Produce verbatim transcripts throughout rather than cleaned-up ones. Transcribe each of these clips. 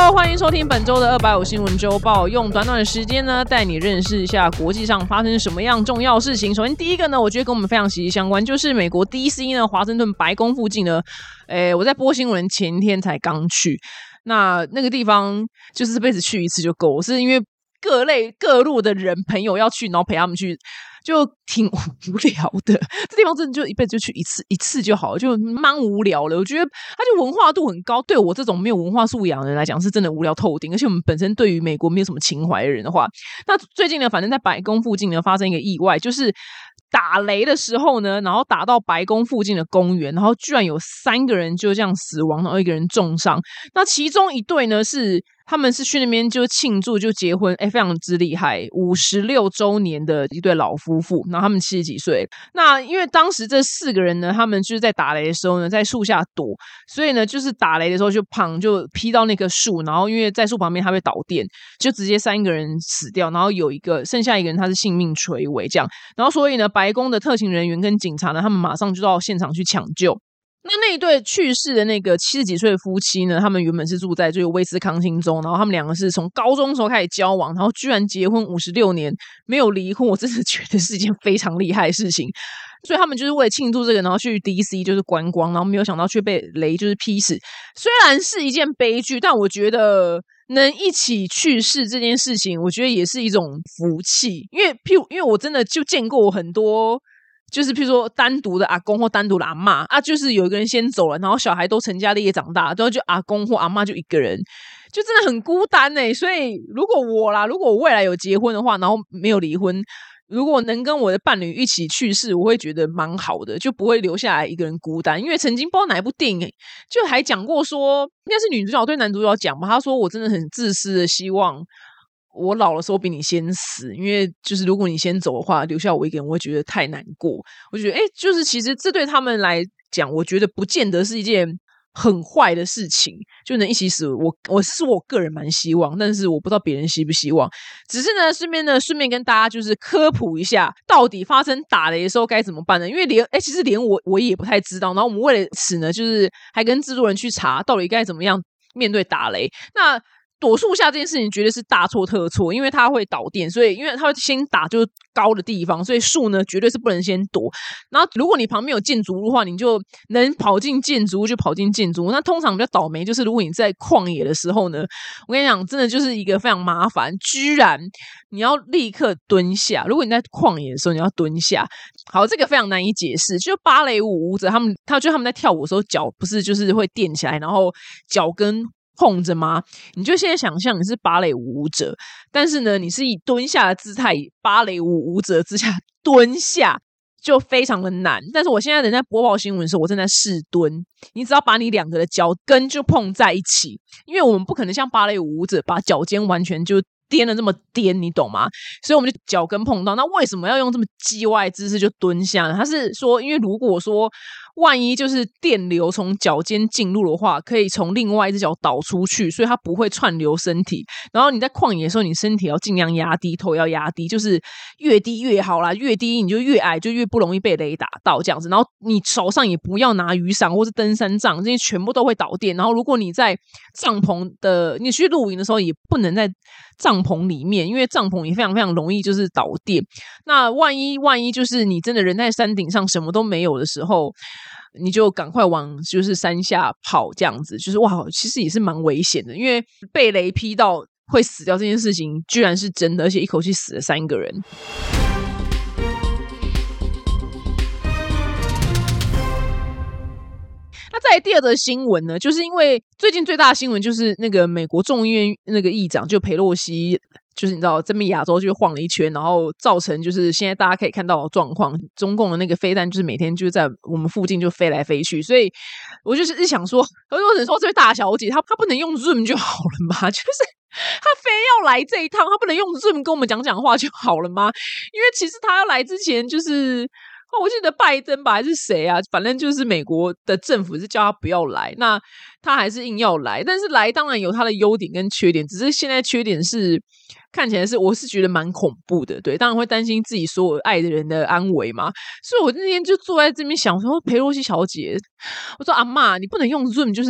Hello， 欢迎收听本周的二百五新闻周报，用短短的时间呢，带你认识一下国际上发生什么样重要事情。首先第一个呢，我觉得跟我们非常息息相关，就是美国 D C 呢，华盛顿白宫附近呢，诶，我在播新闻前天才刚去，那那个地方就是这辈子去一次就够，是因为各类各路的人朋友要去，然后陪他们去。就挺无聊的，这地方真的就一辈子就去一次一次就好了，就蛮无聊了。我觉得它就文化度很高，对我这种没有文化素养的人来讲是真的无聊透顶。而且我们本身对于美国没有什么情怀的人的话，那最近呢，反正在白宫附近呢发生一个意外，就是打雷的时候呢，然后打到白宫附近的公园，然后居然有三个人就这样死亡，然后一个人重伤。那其中一对呢是。他们是去那边就庆祝就结婚，哎，非常之厉害，五十六周年的一对老夫妇，然后他们七十几岁。那因为当时这四个人呢，他们就是在打雷的时候呢，在树下躲，所以呢，就是打雷的时候就砰就劈到那棵树，然后因为在树旁边它会导电，就直接三个人死掉，然后有一个剩下一个人他是性命垂危这样，然后所以呢，白宫的特勤人员跟警察呢，他们马上就到现场去抢救。那那一对去世的那个七十几岁的夫妻呢，他们原本是住在就是威斯康星州，然后他们两个是从高中时候开始交往，然后居然结婚五十六年没有离婚，我真的觉得是一件非常厉害的事情。所以他们就是为了庆祝这个，然后去 D C 就是观光，然后没有想到却被雷就是劈死。虽然是一件悲剧，但我觉得能一起去世这件事情，我觉得也是一种福气。因为譬如因为我真的就见过很多。就是譬如说单独的阿公或单独的阿嬷啊，就是有一个人先走了，然后小孩都成家立业长大，然后就阿公或阿嬷就一个人，就真的很孤单欸。所以如果我啦，如果我未来有结婚的话，然后没有离婚，如果能跟我的伴侣一起去世，我会觉得蛮好的，就不会留下来一个人孤单。因为曾经不知道哪一部电影就还讲过说，应该是女主角对男主角讲嘛，他说我真的很自私的希望我老的时候比你先死，因为就是如果你先走的话，留下我一个人，我会觉得太难过。我觉得，哎，就是其实这对他们来讲，我觉得不见得是一件很坏的事情，就能一起死。我我是我个人蛮希望，但是我不知道别人希不希望。只是呢，顺便呢，顺便跟大家就是科普一下，到底发生打雷的时候该怎么办呢？因为连哎，其实连我我也不太知道。然后我们为了此呢，就是还跟制作人去查，到底该怎么样面对打雷。那躲树下这件事情绝对是大错特错，因为它会导电，所以因为它会先打就是高的地方，所以树呢绝对是不能先躲。然后如果你旁边有建筑物的话，你就能跑进建筑物就跑进建筑物。那通常比较倒霉就是如果你在旷野的时候呢，我跟你讲真的就是一个非常麻烦，居然你要立刻蹲下。如果你在旷野的时候你要蹲下，好，这个非常难以解释。就芭蕾舞舞者他们他就他们在跳舞的时候脚不是就是会垫起来，然后脚跟碰着吗？你就现在想象你是芭蕾舞舞者，但是呢，你是以蹲下的姿态，以芭蕾舞舞者之下蹲下，就非常的难。但是我现在人在播报新闻的时候，我正在试蹲，你只要把你两个的脚跟就碰在一起，因为我们不可能像芭蕾舞舞者把脚尖完全就颠的这么颠，你懂吗？所以我们就脚跟碰到。那为什么要用这么叽歪的姿势就蹲下呢？他是说，因为如果说万一就是电流从脚尖进入的话，可以从另外一只脚导出去，所以它不会串流身体。然后你在旷野的时候，你身体要尽量压低，头要压低，就是越低越好啦，越低你就越矮，就越不容易被雷打到这样子。然后你手上也不要拿雨伞或是登山杖，这些全部都会导电。然后如果你在帐篷的，你去露营的时候也不能在帐篷里面，因为帐篷也非常非常容易就是导电。那万一万一就是你真的人在山顶上什么都没有的时候，你就赶快往就是山下跑，这样子就是哇，其实也是蛮危险的，因为被雷劈到会死掉这件事情居然是真的，而且一口气死了三个人。那再来第二则新闻呢，就是因为最近最大的新闻就是那个美国众议院那个议长就裴洛西，就是你知道这边亚洲就晃了一圈，然后造成就是现在大家可以看到的状况，中共的那个飞弹就是每天就在我们附近就飞来飞去，所以我就是一想说，我只能说这位大小姐她她不能用 Zoom 就好了嘛，就是她非要来这一趟，她不能用 Zoom 跟我们讲讲话就好了吗？因为其实她要来之前就是我记得拜登吧还是谁啊，反正就是美国的政府是叫他不要来，那他还是硬要来。但是来当然有他的优点跟缺点，只是现在缺点是看起来是我是觉得蛮恐怖的，对，当然会担心自己所有爱的人的安危嘛。所以我那天就坐在这边想说，裴洛西小姐，我说阿嬷你不能用 Zoom 就是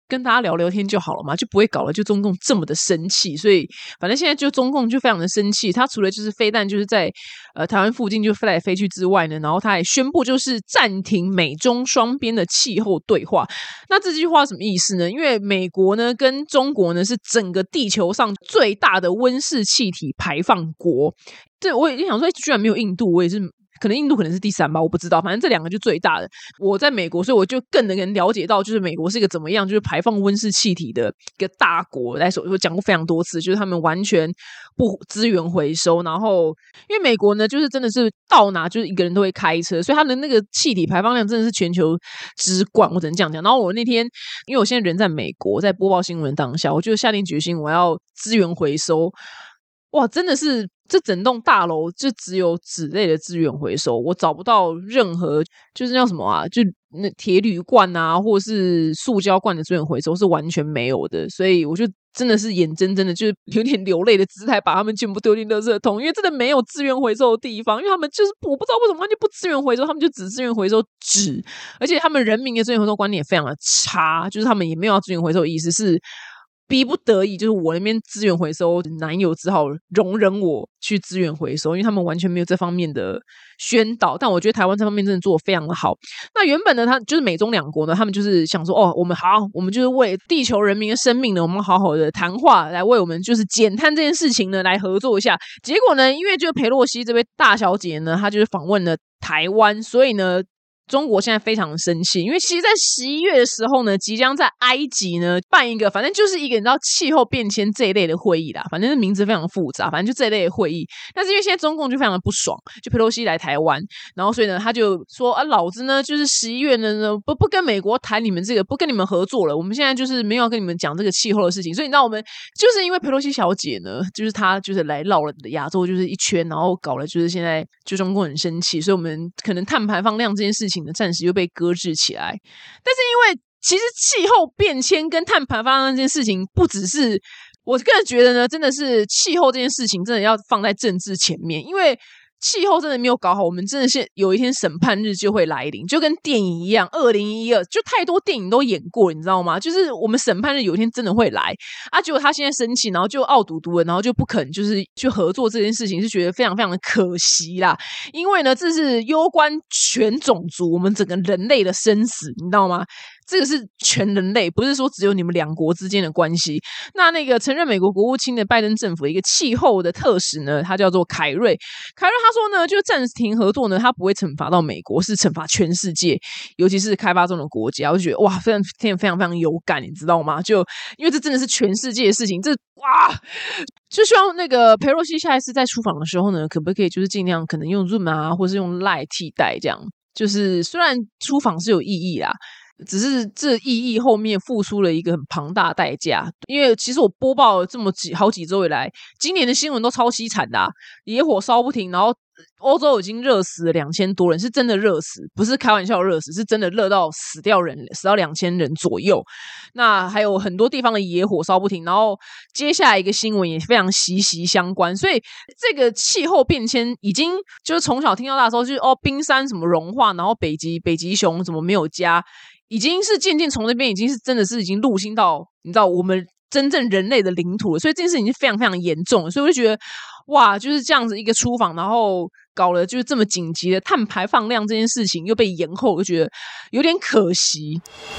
跟大家聊聊天就好了嘛，就不会搞得就中共这么的生气。所以反正现在就中共就非常的生气，他除了就是飞弹就是在呃台湾附近就飞来飞去之外呢，然后他还宣布就是暂停美中双边的气候对话。那这句话什么意思呢？因为美国呢跟中国呢是整个地球上最大的温室气体排放国。对，我也想说居然没有印度，我也是可能印度可能是第三吧，我不知道，反正这两个就最大的。我在美国，所以我就更能了解到就是美国是一个怎么样就是排放温室气体的一个大国来说，我讲过非常多次，就是他们完全不资源回收。然后因为美国呢就是真的是到哪就是一个人都会开车，所以他们的那个气体排放量真的是全球之冠，我只能这样讲。然后我那天因为我现在人在美国，在播报新闻当下，我就下定决心我要资源回收。哇，真的是这整栋大楼就只有纸类的资源回收，我找不到任何就是叫什么啊，就那铁铝罐啊，或是塑胶罐的资源回收是完全没有的。所以我就真的是眼睁睁的，就是有点流泪的姿态，把他们全部丢进垃圾桶，因为真的没有资源回收的地方。因为他们就是我不知道为什么他们就不资源回收，他们就只资源回收纸，而且他们人民的资源回收观念也非常的差，就是他们也没有要资源回收的意思，是逼不得已，就是我那边资源回收男友只好容忍我去资源回收，因为他们完全没有这方面的宣导。但我觉得台湾这方面真的做得非常的好。那原本呢，他就是美中两国呢，他们就是想说，哦，我们好，我们就是为地球人民的生命呢，我们好好的谈话，来为我们就是减碳这件事情呢，来合作一下。结果呢，因为就是裴洛西这位大小姐呢，她就是访问了台湾，所以呢，中国现在非常的生气，因为其实在十一月的时候呢，即将在埃及呢办一个反正就是一个你知道气候变迁这一类的会议啦，反正名字非常复杂，反正就这一类的会议。但是因为现在中共就非常的不爽，就裴洛西来台湾，然后所以呢他就说啊，老子呢就是十一月呢不不跟美国谈你们这个，不跟你们合作了，我们现在就是没有要跟你们讲这个气候的事情。所以你知道我们就是因为裴洛西小姐呢，就是她就是来绕了亚洲就是一圈，然后搞了就是现在就中共很生气，所以我们可能碳排放量这件事情暂时又被搁置起来。但是因为其实气候变迁跟碳排放量这件事情不只是，我个人觉得呢，真的是气候这件事情真的要放在政治前面。因为气候真的没有搞好，我们真的是有一天审判日就会来临，就跟电影一样，二零一二就太多电影都演过，你知道吗？就是我们审判日有一天真的会来啊！结果他现在生气，然后就傲嘟嘟的，然后就不肯就是去合作这件事情，是觉得非常非常的可惜啦。因为呢，这是攸关全种族，我们整个人类的生死，你知道吗？这个是全人类，不是说只有你们两国之间的关系。那那个承认美国国务卿的拜登政府的一个气候的特使呢，他叫做凯瑞。凯瑞他说呢，就暂停合作呢，他不会惩罚到美国，是惩罚全世界，尤其是开发中的国家。我就觉得哇，非常非常非常非常有感，你知道吗？就因为这真的是全世界的事情，这哇，就希望那个裴洛西下一次在出访的时候呢，可不可以就是尽量可能用 Zoom 啊，或是用 Line 替代这样。就是虽然出访是有意义啦，只是这意义后面付出了一个很庞大的代价。因为其实我播报了这么几好几周以来，今年的新闻都超凄惨的啊，野火烧不停，然后欧洲已经热死了两千多人，是真的热死，不是开玩笑热死，是真的热到死掉人，死到两千人左右。那还有很多地方的野火烧不停，然后接下来一个新闻也非常息息相关。所以这个气候变迁已经就是从小听到大的时候，就是哦冰山什么融化，然后北极北极熊怎么没有家，已经是渐渐从那边已经是真的是已经入侵到你知道我们真正人类的领土了。所以这件事情是非常非常严重的。所以我就觉得哇，就是这样子一个出访，然后搞了就是这么紧急的碳排放量这件事情又被延后，我就觉得有点可惜。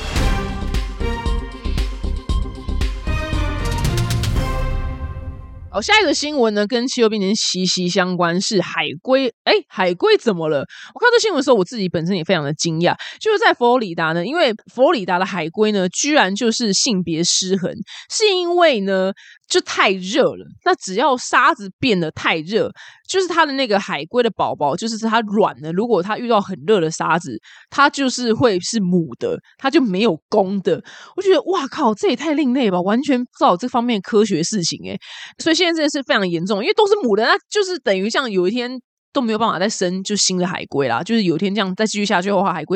好，下一个新闻呢，跟气候变迁息息相关，是海龟。哎，海龟怎么了？我看到这新闻的时候，我自己本身也非常的惊讶。就是在佛罗里达呢，因为佛罗里达的海龟呢，居然就是性别失衡，是因为呢就太热了。那只要沙子变得太热，就是它的那个海龟的宝宝，就是它卵呢，如果它遇到很热的沙子，它就是会是母的，它就没有公的。我觉得哇靠，这也太另类吧，完全不知道这方面的科学事情诶。所以现在这件事非常严重，因为都是母的，那就是等于像有一天都没有办法再生就新的海龟啦，就是有一天这样再继续下去的话，海龟就会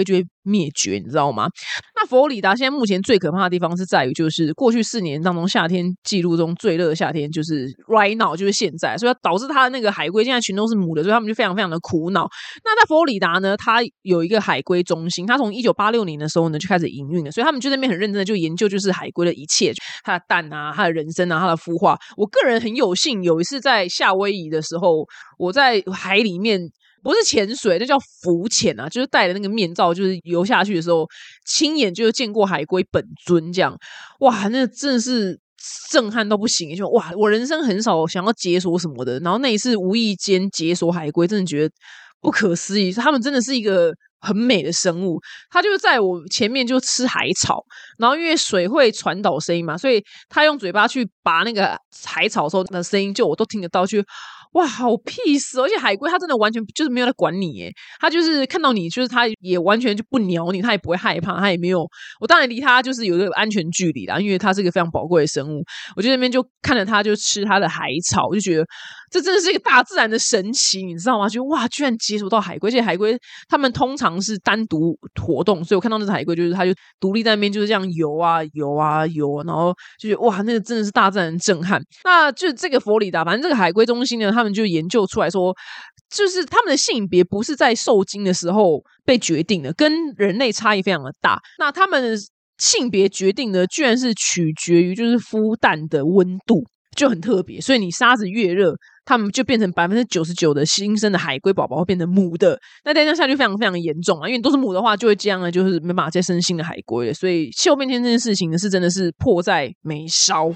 灭绝，你知道吗？那佛罗里达现在目前最可怕的地方是在于，就是过去四年当中夏天记录中最热的夏天就是 right now， 就是现在，所以导致它的那个海龟现在群都是母的，所以他们就非常非常的苦恼。那在佛罗里达呢，它有一个海龟中心，它从一九八六年的时候呢就开始营运了，所以他们就在那边很认真的就研究就是海龟的一切，它的蛋啊，它的人生啊，它的孵化。我个人很有幸有一次在夏威夷的时候，我在海里面不是潜水，那叫浮潜啊，就是戴着那个面罩，就是游下去的时候，亲眼就见过海龟本尊这样，哇，那真的是震撼到不行，就哇，我人生很少想要解锁什么的，然后那一次无意间解锁海龟，真的觉得不可思议，他们真的是一个很美的生物，它就是在我前面就吃海草，然后因为水会传导声音嘛，所以它用嘴巴去拔那个海草的时候的声音，就我都听得到，去哇，好 peace， 而且海龟它真的完全就是没有在管你耶，它就是看到你，就是它也完全就不鸟你，它也不会害怕，它也没有，我当然离它就是有一个安全距离啦，因为它是一个非常宝贵的生物，我就在那边就看着它就吃它的海草，我就觉得这真的是一个大自然的神奇，你知道吗？就哇，居然解锁到海龟，而且海龟它们通常是单独活动，所以我看到那只海龟就是它就独立在那边就是这样游啊游啊游啊，然后就觉得哇，那个真的是大自然的震撼。那就这个佛罗里达，反正这个海龟中心呢，他们就研究出来说，就是他们的性别不是在受精的时候被决定的，跟人类差异非常的大。那他们的性别决定呢，居然是取决于就是孵蛋的温度，就很特别。所以你沙子越热，他们就变成百分之九十九的新生的海龟宝宝会变成母的。那这样下去非常非常严重啊，因为都是母的话，就会这样呢，就是没办法再生新的海龟了。所以气候变迁这件事情呢，是真的是迫在眉梢。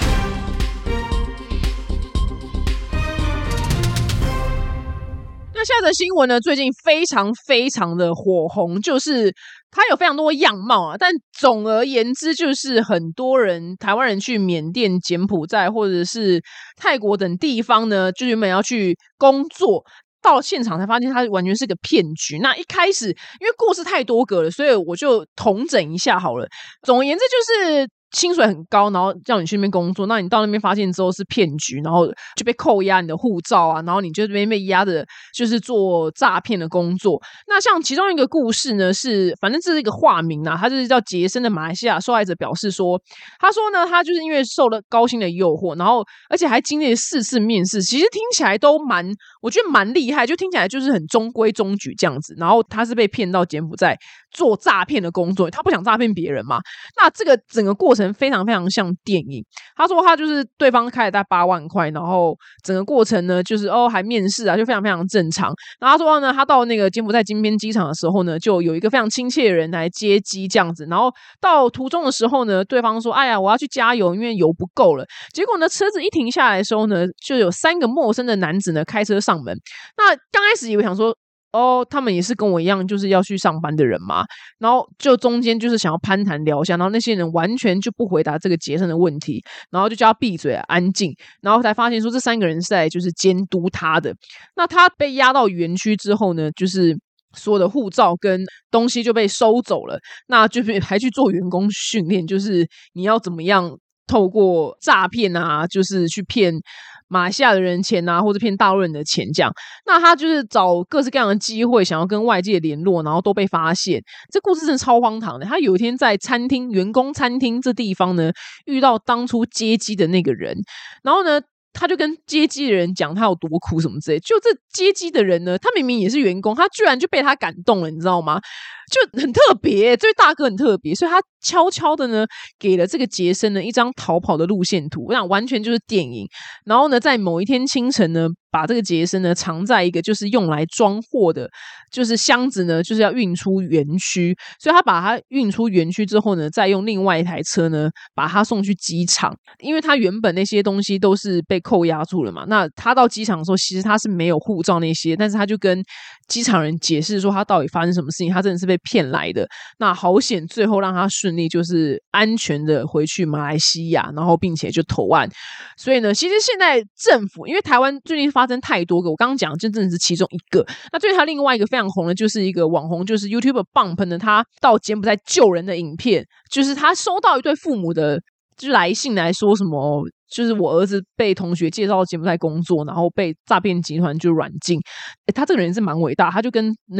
那下则新闻呢，最近非常非常的火红，就是它有非常多样貌啊，但总而言之，就是很多人台湾人去缅甸、柬埔寨或者是泰国等地方呢，就原本要去工作，到了现场才发现它完全是个骗局。那一开始因为故事太多个了，所以我就统整一下好了。总而言之就是薪水很高，然后叫你去那边工作，那你到那边发现之后是骗局，然后就被扣押你的护照啊，然后你就这边被压的就是做诈骗的工作。那像其中一个故事呢，是反正这是一个化名啊，他就是叫杰森的马来西亚受害者表示说，他说呢，他就是因为受了高薪的诱惑，然后而且还经历了四次面试，其实听起来都蛮，我觉得蛮厉害，就听起来就是很中规中矩这样子。然后他是被骗到柬埔寨做诈骗的工作，他不想诈骗别人嘛。那这个整个过程非常非常像电影。他说他就是对方开了大概八万块，然后整个过程呢就是哦还面试啊，就非常非常正常。然后他说呢，他到那个柬埔寨金边机场的时候呢，就有一个非常亲切的人来接机这样子。然后到途中的时候呢，对方说：“哎呀，我要去加油，因为油不够了。”结果呢，车子一停下来的时候呢，就有三个陌生的男子呢开车上门。那刚开始以为想说，哦，他们也是跟我一样，就是要去上班的人嘛。然后就中间就是想要攀谈聊一下，然后那些人完全就不回答这个杰森的问题，然后就叫他闭嘴、啊、安静。然后才发现说这三个人是在就是监督他的。那他被押到园区之后呢，就是所有的护照跟东西就被收走了，那就是还去做员工训练，就是你要怎么样透过诈骗啊，就是去骗马来西亚的人钱啊，或者骗大陆人的钱这样。那他就是找各式各样的机会想要跟外界联络，然后都被发现。这故事真的超荒唐的。他有一天在餐厅员工餐厅这地方呢，遇到当初接机的那个人，然后呢他就跟接机的人讲他有多苦什么之类，就这接机的人呢，他明明也是员工，他居然就被他感动了，你知道吗？就很特别，这位大哥很特别，所以他悄悄的呢给了这个杰森呢一张逃跑的路线图，我想完全就是电影。然后呢在某一天清晨呢，把这个杰森呢藏在一个就是用来装货的就是箱子呢，就是要运出园区，所以他把它运出园区之后呢，再用另外一台车呢把他送去机场。因为他原本那些东西都是被扣押住了嘛，那他到机场的时候其实他是没有护照那些，但是他就跟机场人解释说他到底发生什么事情，他真的是被骗来的。那好险最后让他顺利就是安全的回去马来西亚，然后并且就投案。所以呢其实现在政府因为台湾最近发生太多个，我刚刚讲这真的是其中一个。那最近他另外一个非常红的就是一个网红，就是 YouTuber Bump 呢，他到柬埔寨救人的影片，就是他收到一对父母的就来信来说什么，就是我儿子被同学介绍到柬埔寨工作，然后被诈骗集团就软禁。他这个人是蛮伟大，他就跟那个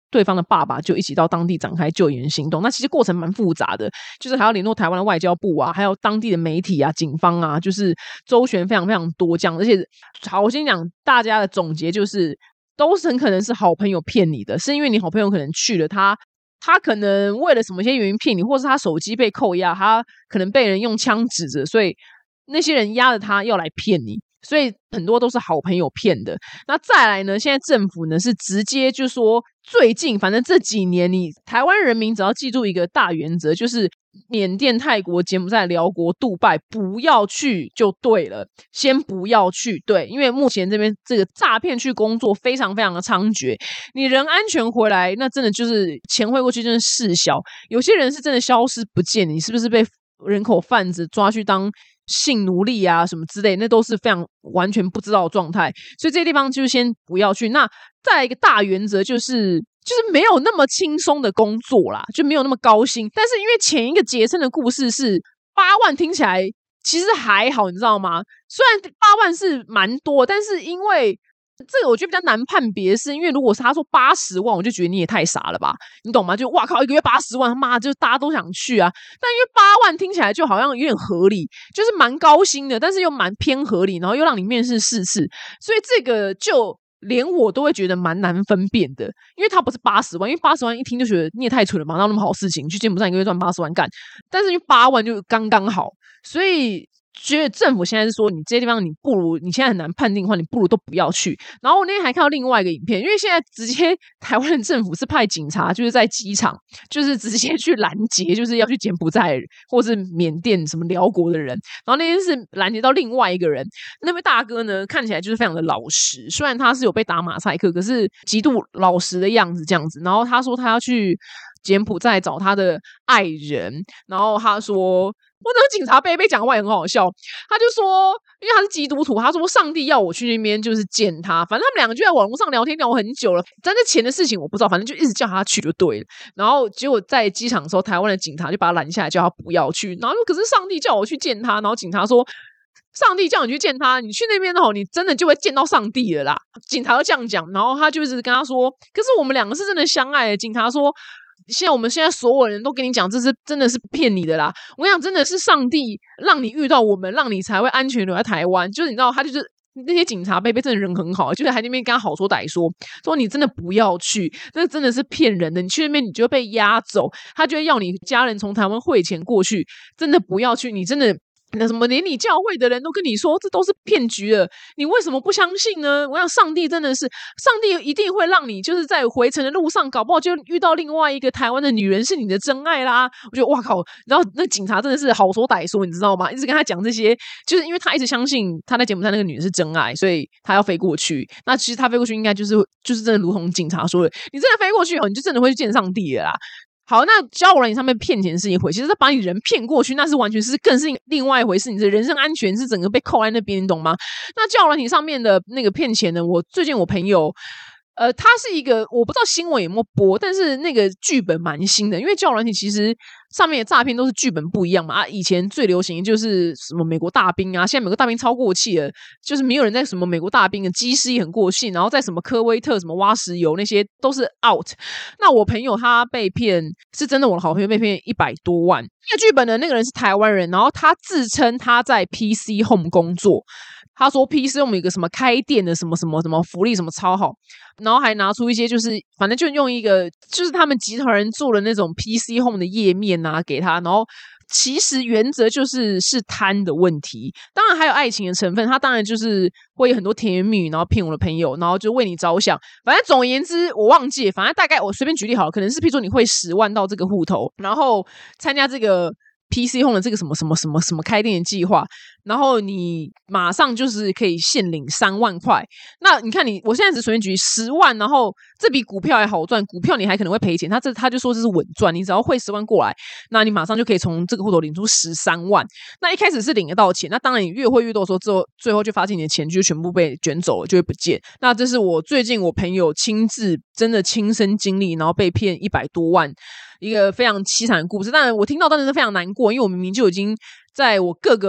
对方的爸爸就一起到当地展开救援行动。那其实过程蛮复杂的，就是还要联络台湾的外交部啊，还有当地的媒体啊、警方啊，就是周旋非常非常多这样。而且好，我先讲大家的总结，就是都是很可能是好朋友骗你的，是因为你好朋友可能去了，他他可能为了什么些原因骗你，或是他手机被扣押，他可能被人用枪指着，所以那些人压着他要来骗你。所以很多都是好朋友骗的。那再来呢，现在政府呢是直接就说，最近反正这几年你台湾人民只要记住一个大原则，就是缅甸、泰国、柬埔寨、辽国、杜拜不要去就对了，先不要去。对，因为目前这边这个诈骗去工作非常非常的猖獗，你人安全回来，那真的就是钱汇过去真的事小。有些人是真的消失不见，你是不是被人口贩子抓去当性奴隶啊什么之类，那都是非常完全不知道的状态，所以这些地方就先不要去。那再来一个大原则就是就是没有那么轻松的工作啦，就没有那么高薪。但是因为前一个杰森的故事是八万，听起来其实还好，你知道吗？虽然八万是蛮多，但是因为这个我觉得比较难判别，是因为如果是他说八十万，我就觉得你也太傻了吧，你懂吗？就哇靠，一个月八十万，他妈就大家都想去啊。但因为八万听起来就好像有点合理，就是蛮高薪的，但是又蛮偏合理，然后又让你面试四次，所以这个就连我都会觉得蛮难分辨的。因为他不是八十万，因为八十万一听就觉得你也太蠢了嘛，哪有那么好事情，去柬埔寨一个月赚八十万干，但是因为八万就刚刚好，所以觉得政府现在是说，你这些地方你不如你现在很难判定的话，你不如都不要去。然后我那天还看到另外一个影片，因为现在直接台湾的政府是派警察，就是在机场，就是直接去拦截，就是要去柬埔寨或是缅甸什么辽国的人。然后那天是拦截到另外一个人，那位大哥呢看起来就是非常的老实，虽然他是有被打马赛克，可是极度老实的样子这样子。然后他说他要去柬埔寨找他的爱人，然后他说。我那个警察被被讲话也很好笑，他就说，因为他是基督徒，他说上帝要我去那边就是见他，反正他们两个就在网络上聊天聊很久了，但是钱的事情我不知道，反正就一直叫他去就对了。然后结果在机场的时候，台湾的警察就把他拦下来，叫他不要去。然后可是上帝叫我去见他，然后警察说，上帝叫你去见他，你去那边的话，你真的就会见到上帝了啦。警察就这样讲，然后他就是跟他说，可是我们两个是真的相爱的。警察说。现在我们现在所有人都跟你讲，这是真的是骗你的啦！我跟你讲，真的是上帝让你遇到我们，让你才会安全留在台湾。就是你知道，他就是那些警察贝贝真的人很好，就是还那边跟他好说歹说，说你真的不要去，那真的是骗人的。你去那边你就会被押走，他就会要你家人从台湾汇钱过去，真的不要去，你真的。那什么连你教会的人都跟你说这都是骗局了，你为什么不相信呢？我想上帝真的是，上帝一定会让你就是在回程的路上，搞不好就遇到另外一个台湾的女人是你的真爱啦。我觉得哇靠，然后那警察真的是好说歹说，你知道吗？一直跟他讲这些，就是因为他一直相信他在柬埔寨那个女人是真爱，所以他要飞过去。那其实他飞过去应该就是就是真的如同警察说的，你真的飞过去哦，你就真的会去见上帝了啦。好，那交友软件上面骗钱是一回，其实他把你人骗过去，那是完全是更是另外一回事。你的人身安全是整个被扣在那边，你懂吗？那交友软件上面的那个骗钱呢？我最近我朋友。呃，他是一个我不知道新闻有没有播，但是那个剧本蛮新的，因为交友软体其实上面的诈骗都是剧本不一样嘛。啊，以前最流行的就是什么美国大兵啊，现在美国大兵超过气了，就是没有人在什么美国大兵的机师也很过气，然后在什么科威特什么挖石油那些都是 out。那我朋友他被骗是真的，我的好朋友被骗一百多万。那个剧本的那个人是台湾人，然后他自称他在 P C Home 工作。他说 P C 我们有一个什么开店的什么什么什么福利什么超好，然后还拿出一些就是反正就用一个就是他们集团人做的那种 P C Home 的页面啊给他，然后其实原则就是是贪的问题，当然还有爱情的成分，他当然就是会有很多甜言蜜语，然后骗我的朋友，然后就为你着想，反正总而言之我忘记，反正大概我随便举例好了，可能是譬如说你汇十万到这个户头，然后参加这个P C Home 的这个什么什么什么什么开店的计划，然后你马上就是可以现领三万块。那你看你，我现在只随便举十万，然后这比股票还好赚，股票你还可能会赔钱，他这他就说这是稳赚，你只要汇十万过来，那你马上就可以从这个户头领出十三万。那一开始是领得到钱，那当然你越汇越多的时候，之后最后就发现你的钱就全部被卷走了，就会不见。那这是我最近我朋友亲自真的亲身经历，然后被骗一百多万。一个非常凄惨的故事，但我听到真的是非常难过，因为我明明就已经在我各个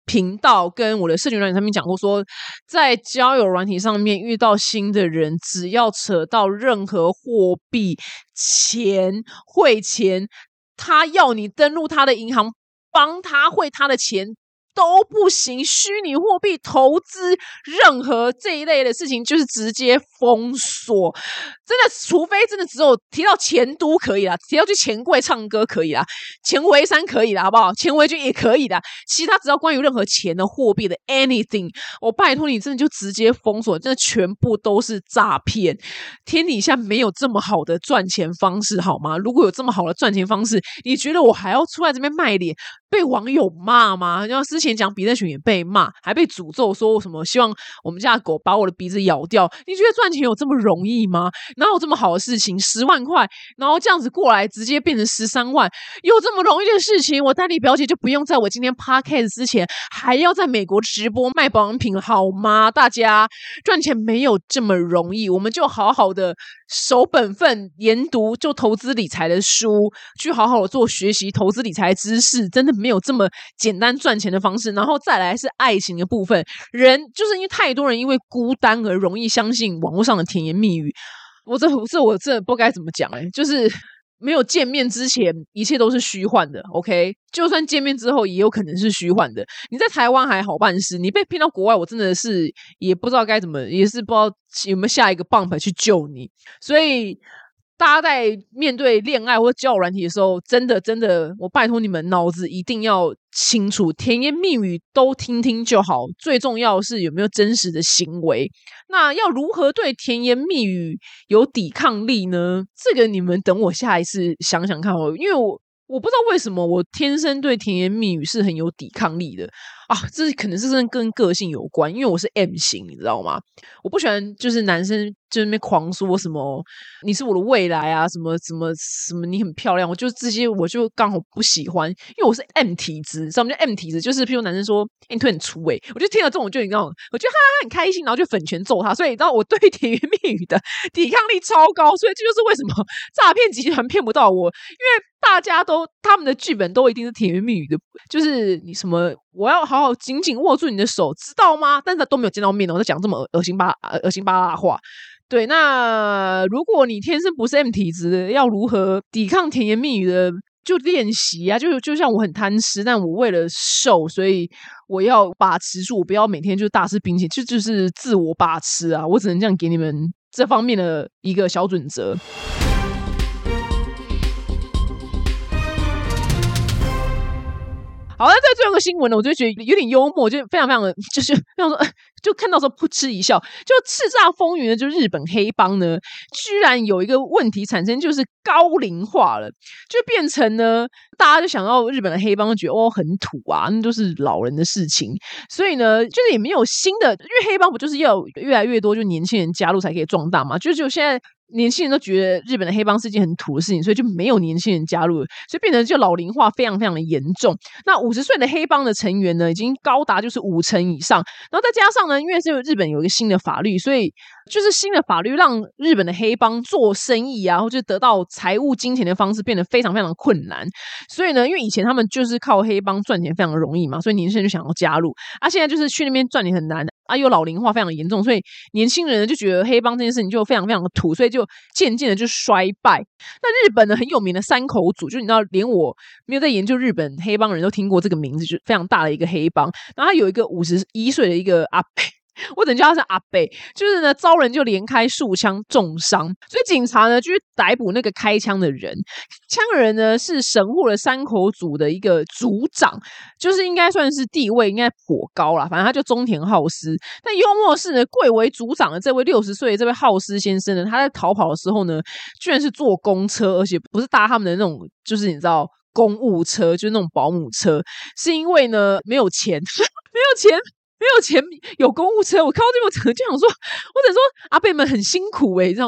频道跟我的社群软体上面讲过说，在交友软体上面遇到新的人，只要扯到任何货币、钱、汇钱，他要你登录他的银行帮他汇他的钱都不行，虚拟货币投资任何这一类的事情就是直接封锁，真的，除非真的只有提到钱都可以啦，提到去钱柜唱歌可以啦，钱围山可以啦，好不好？钱围军也可以啦，其他只要关于任何钱的货币的 anything， 我拜托你真的就直接封锁，真的全部都是诈骗，天底下没有这么好的赚钱方式好吗？如果有这么好的赚钱方式，你觉得我还要出来这边卖脸被网友骂吗？然后之前讲比特犬也被骂，还被诅咒说什么希望我们家的狗把我的鼻子咬掉，你觉得赚钱有这么容易吗？哪有这么好的事情？十万块然后这样子过来直接变成十三万，有这么容易的事情？我丹妮表姐就不用在我今天 podcast 之前还要在美国直播卖保养品了好吗？大家赚钱没有这么容易，我们就好好的守本分，研读就投资理财的书，去好好的做学习投资理财知识，真的没有这么简单赚钱的方式。然后再来是爱情的部分，人就是因为太多人因为孤单而容易相信网络上的甜言蜜语，我这这我真的不知道该怎么讲哎、欸，就是没有见面之前一切都是虚幻的 OK， 就算见面之后也有可能是虚幻的。你在台湾还好办事，你被骗到国外我真的是也不知道该怎么，也是不知道有没有下一个 bump 去救你。所以大家在面对恋爱或交友软体的时候，真的真的我拜托你们脑子一定要清楚，甜言蜜语都听听就好，最重要的是有没有真实的行为。那要如何对甜言蜜语有抵抗力呢？这个你们等我下一次想想看哦，因为我我不知道为什么我天生对甜言蜜语是很有抵抗力的啊，这可能是真的跟个性有关，因为我是 M 型，你知道吗？我不喜欢就是男生就那边狂说什么你是我的未来啊，什么什么什么你很漂亮，我就这些我就刚好不喜欢，因为我是 M 体质，知道吗？就 M 体质就是譬如男生说、欸、你腿很粗欸，我就听了这种我就你知道，我觉得他很开心，然后就粉拳揍他，所以你知道我对甜言蜜语的抵抗力超高，所以这就是为什么诈骗集团骗不到我，因为大家都他们的剧本都一定是甜言蜜语的，就是你什么我要好好紧紧握住你的手知道吗？但是都没有见到面哦，在讲这么恶心巴恶心巴拉的话。对，那如果你天生不是 M 体质的，要如何抵抗甜言蜜语的？就练习啊，就就像我很贪吃，但我为了瘦，所以我要把持住，我不要每天就大吃冰淇淋，就就是自我把持啊，我只能这样给你们这方面的一个小准则。好，那在最后一个新闻呢，我就觉得有点幽默，就非常非常的，就是非常说，就看到时候噗嗤一笑。就叱咤风云的，就日本黑帮呢，居然有一个问题产生，就是高龄化了，就变成呢，大家就想到日本的黑帮，就觉得哦很土啊，那都是老人的事情。所以呢，就是也没有新的，因为黑帮不就是要越来越多就年轻人加入才可以壮大嘛？就就现在。年轻人都觉得日本的黑帮是一件很土的事情，所以就没有年轻人加入了，所以变成就老龄化非常非常的严重。那五十岁的黑帮的成员呢，已经高达就是五成以上。然后再加上呢，因为是日本有一个新的法律，所以就是新的法律让日本的黑帮做生意啊，或者得到财务金钱的方式变得非常非常的困难。所以呢，因为以前他们就是靠黑帮赚钱非常的容易嘛，所以年轻人就想要加入。啊，现在就是去那边赚钱很难啊，又老龄化非常的严重，所以年轻人就觉得黑帮这件事情就非常非常的土，所以就渐渐的就衰败。那日本呢很有名的山口组，就你知道，连我没有在研究日本黑帮的人都听过这个名字，就非常大的一个黑帮。然后他有一个五十一岁的一个阿伯。我只能叫他是阿伯，就是呢，遭人就连开数枪重伤，所以警察呢就去逮捕那个开枪的人。枪人呢是神户的山口组的一个组长，就是应该算是地位应该颇高啦，反正他就中田浩司。但幽默是呢，贵为组长的这位六十岁的这位浩司先生呢，他在逃跑的时候呢，居然是坐公车，而且不是搭他们的那种，就是你知道公务车，就是那种保姆车，是因为呢没有钱，没有钱。没有钱有公务车，我看到这个我就想说，我想说阿伯们很辛苦诶、欸，这样说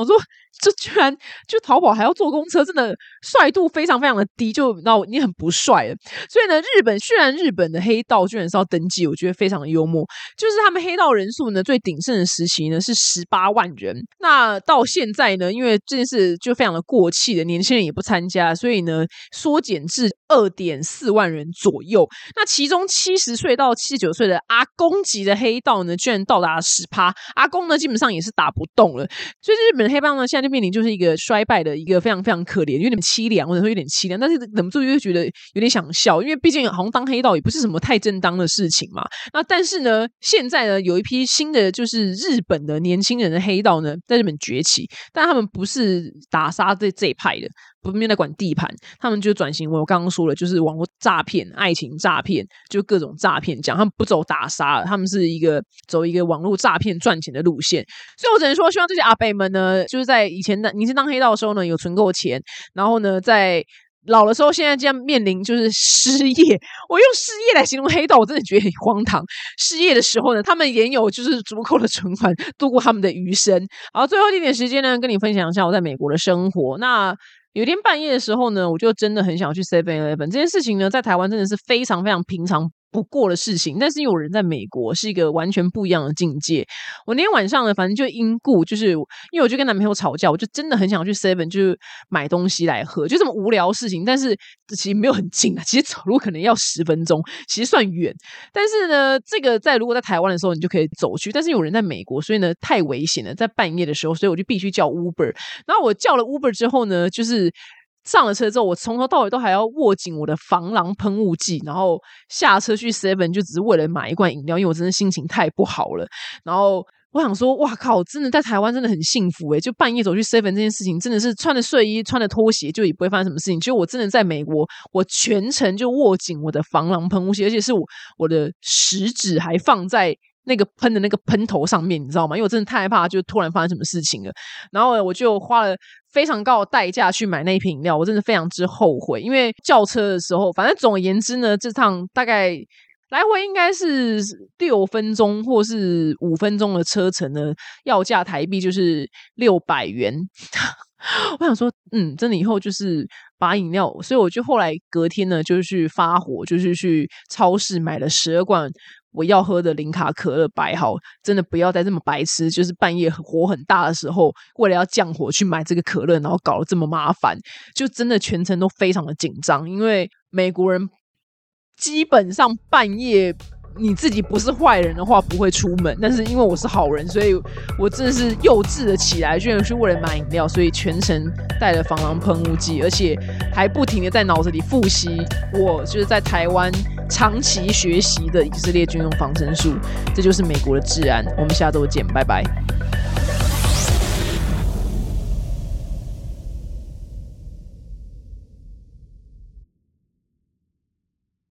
这居然就逃跑还要坐公车，真的帅度非常非常的低，就然后你很不帅了。所以呢，日本虽然日本的黑道居然是要登记，我觉得非常的幽默，就是他们黑道人数呢最鼎盛的时期呢是十八万人，那到现在呢，因为这件事就非常的过气的，年轻人也不参加，所以呢缩减至二点四万人左右。那其中七十岁到七十九岁的阿公级的黑道呢，居然到达 百分之十， 阿公呢基本上也是打不动了。所以日本的黑帮呢现在就面临就是一个衰败的一个非常非常可怜，有点凄凉，或者说有点凄凉，但是忍不住就觉得有点想笑，因为毕竟好像当黑道也不是什么太正当的事情嘛。那但是呢，现在呢有一批新的就是日本的年轻人的黑道呢在日本崛起，但他们不是打杀这这一派的，不没有在管地盘，他们就转型为我刚刚说了，就是网络诈骗、爱情诈骗，就各种诈骗讲，他们不走打杀了，他们是一个走一个网络诈骗赚钱的路线。所以我只能说，希望这些阿伯们呢，就是在以前的年轻当黑道的时候呢，有存够钱，然后呢，在老的时候，现在这样面临就是失业，我用失业来形容黑道，我真的觉得很荒唐。失业的时候呢，他们也有就是足够的存款度过他们的余生。好，最后一点时间呢，跟你分享一下我在美国的生活。那有一天半夜的时候呢，我就真的很想去 seven eleven 这件事情呢，在台湾真的是非常非常平常不过的事情，但是因为我人在美国是一个完全不一样的境界。我那天晚上呢，反正就因故，就是因为我就跟男朋友吵架，我就真的很想去 seven 就是买东西来喝，就这么无聊的事情。但是其实没有很近啊，其实走路可能要十分钟，其实算远。但是呢，这个在如果在台湾的时候，你就可以走去，但是有人在美国，所以呢太危险了，在半夜的时候，所以我就必须叫 Uber。然后我叫了 Uber 之后呢，就是上了车之后，我从头到尾都还要握紧我的防狼喷雾剂，然后下车去 seven 就只是为了买一罐饮料，因为我真的心情太不好了。然后我想说，哇靠，真的在台湾真的很幸福诶，就半夜走去 seven 这件事情，真的是穿着睡衣、穿着拖鞋就也不会发生什么事情。就我真的在美国，我全程就握紧我的防狼喷雾剂，而且是我我的食指还放在那个喷的那个喷头上面，你知道吗？因为我真的太害怕就突然发生什么事情了。然后我就花了非常高的代价去买那一瓶饮料，我真的非常之后悔。因为叫车的时候，反正总而言之呢，这趟大概来回应该是六分钟或是五分钟的车程呢，要价台币就是六百元。我想说，嗯，真的以后就是把饮料，所以我就后来隔天呢，就去发火，就是去超市买了十二罐我要喝的零卡可乐摆好，真的不要再这么白痴，就是半夜火很大的时候，为了要降火去买这个可乐，然后搞得这么麻烦，就真的全程都非常的紧张，因为美国人基本上半夜你自己不是坏人的话不会出门，但是因为我是好人，所以我真的是幼稚了起来，居然是为了买饮料，所以全程带了防狼喷雾剂，而且还不停的在脑子里复习我就是在台湾长期学习的以色列军用防身术。这就是美国的治安。我们下周见，拜拜。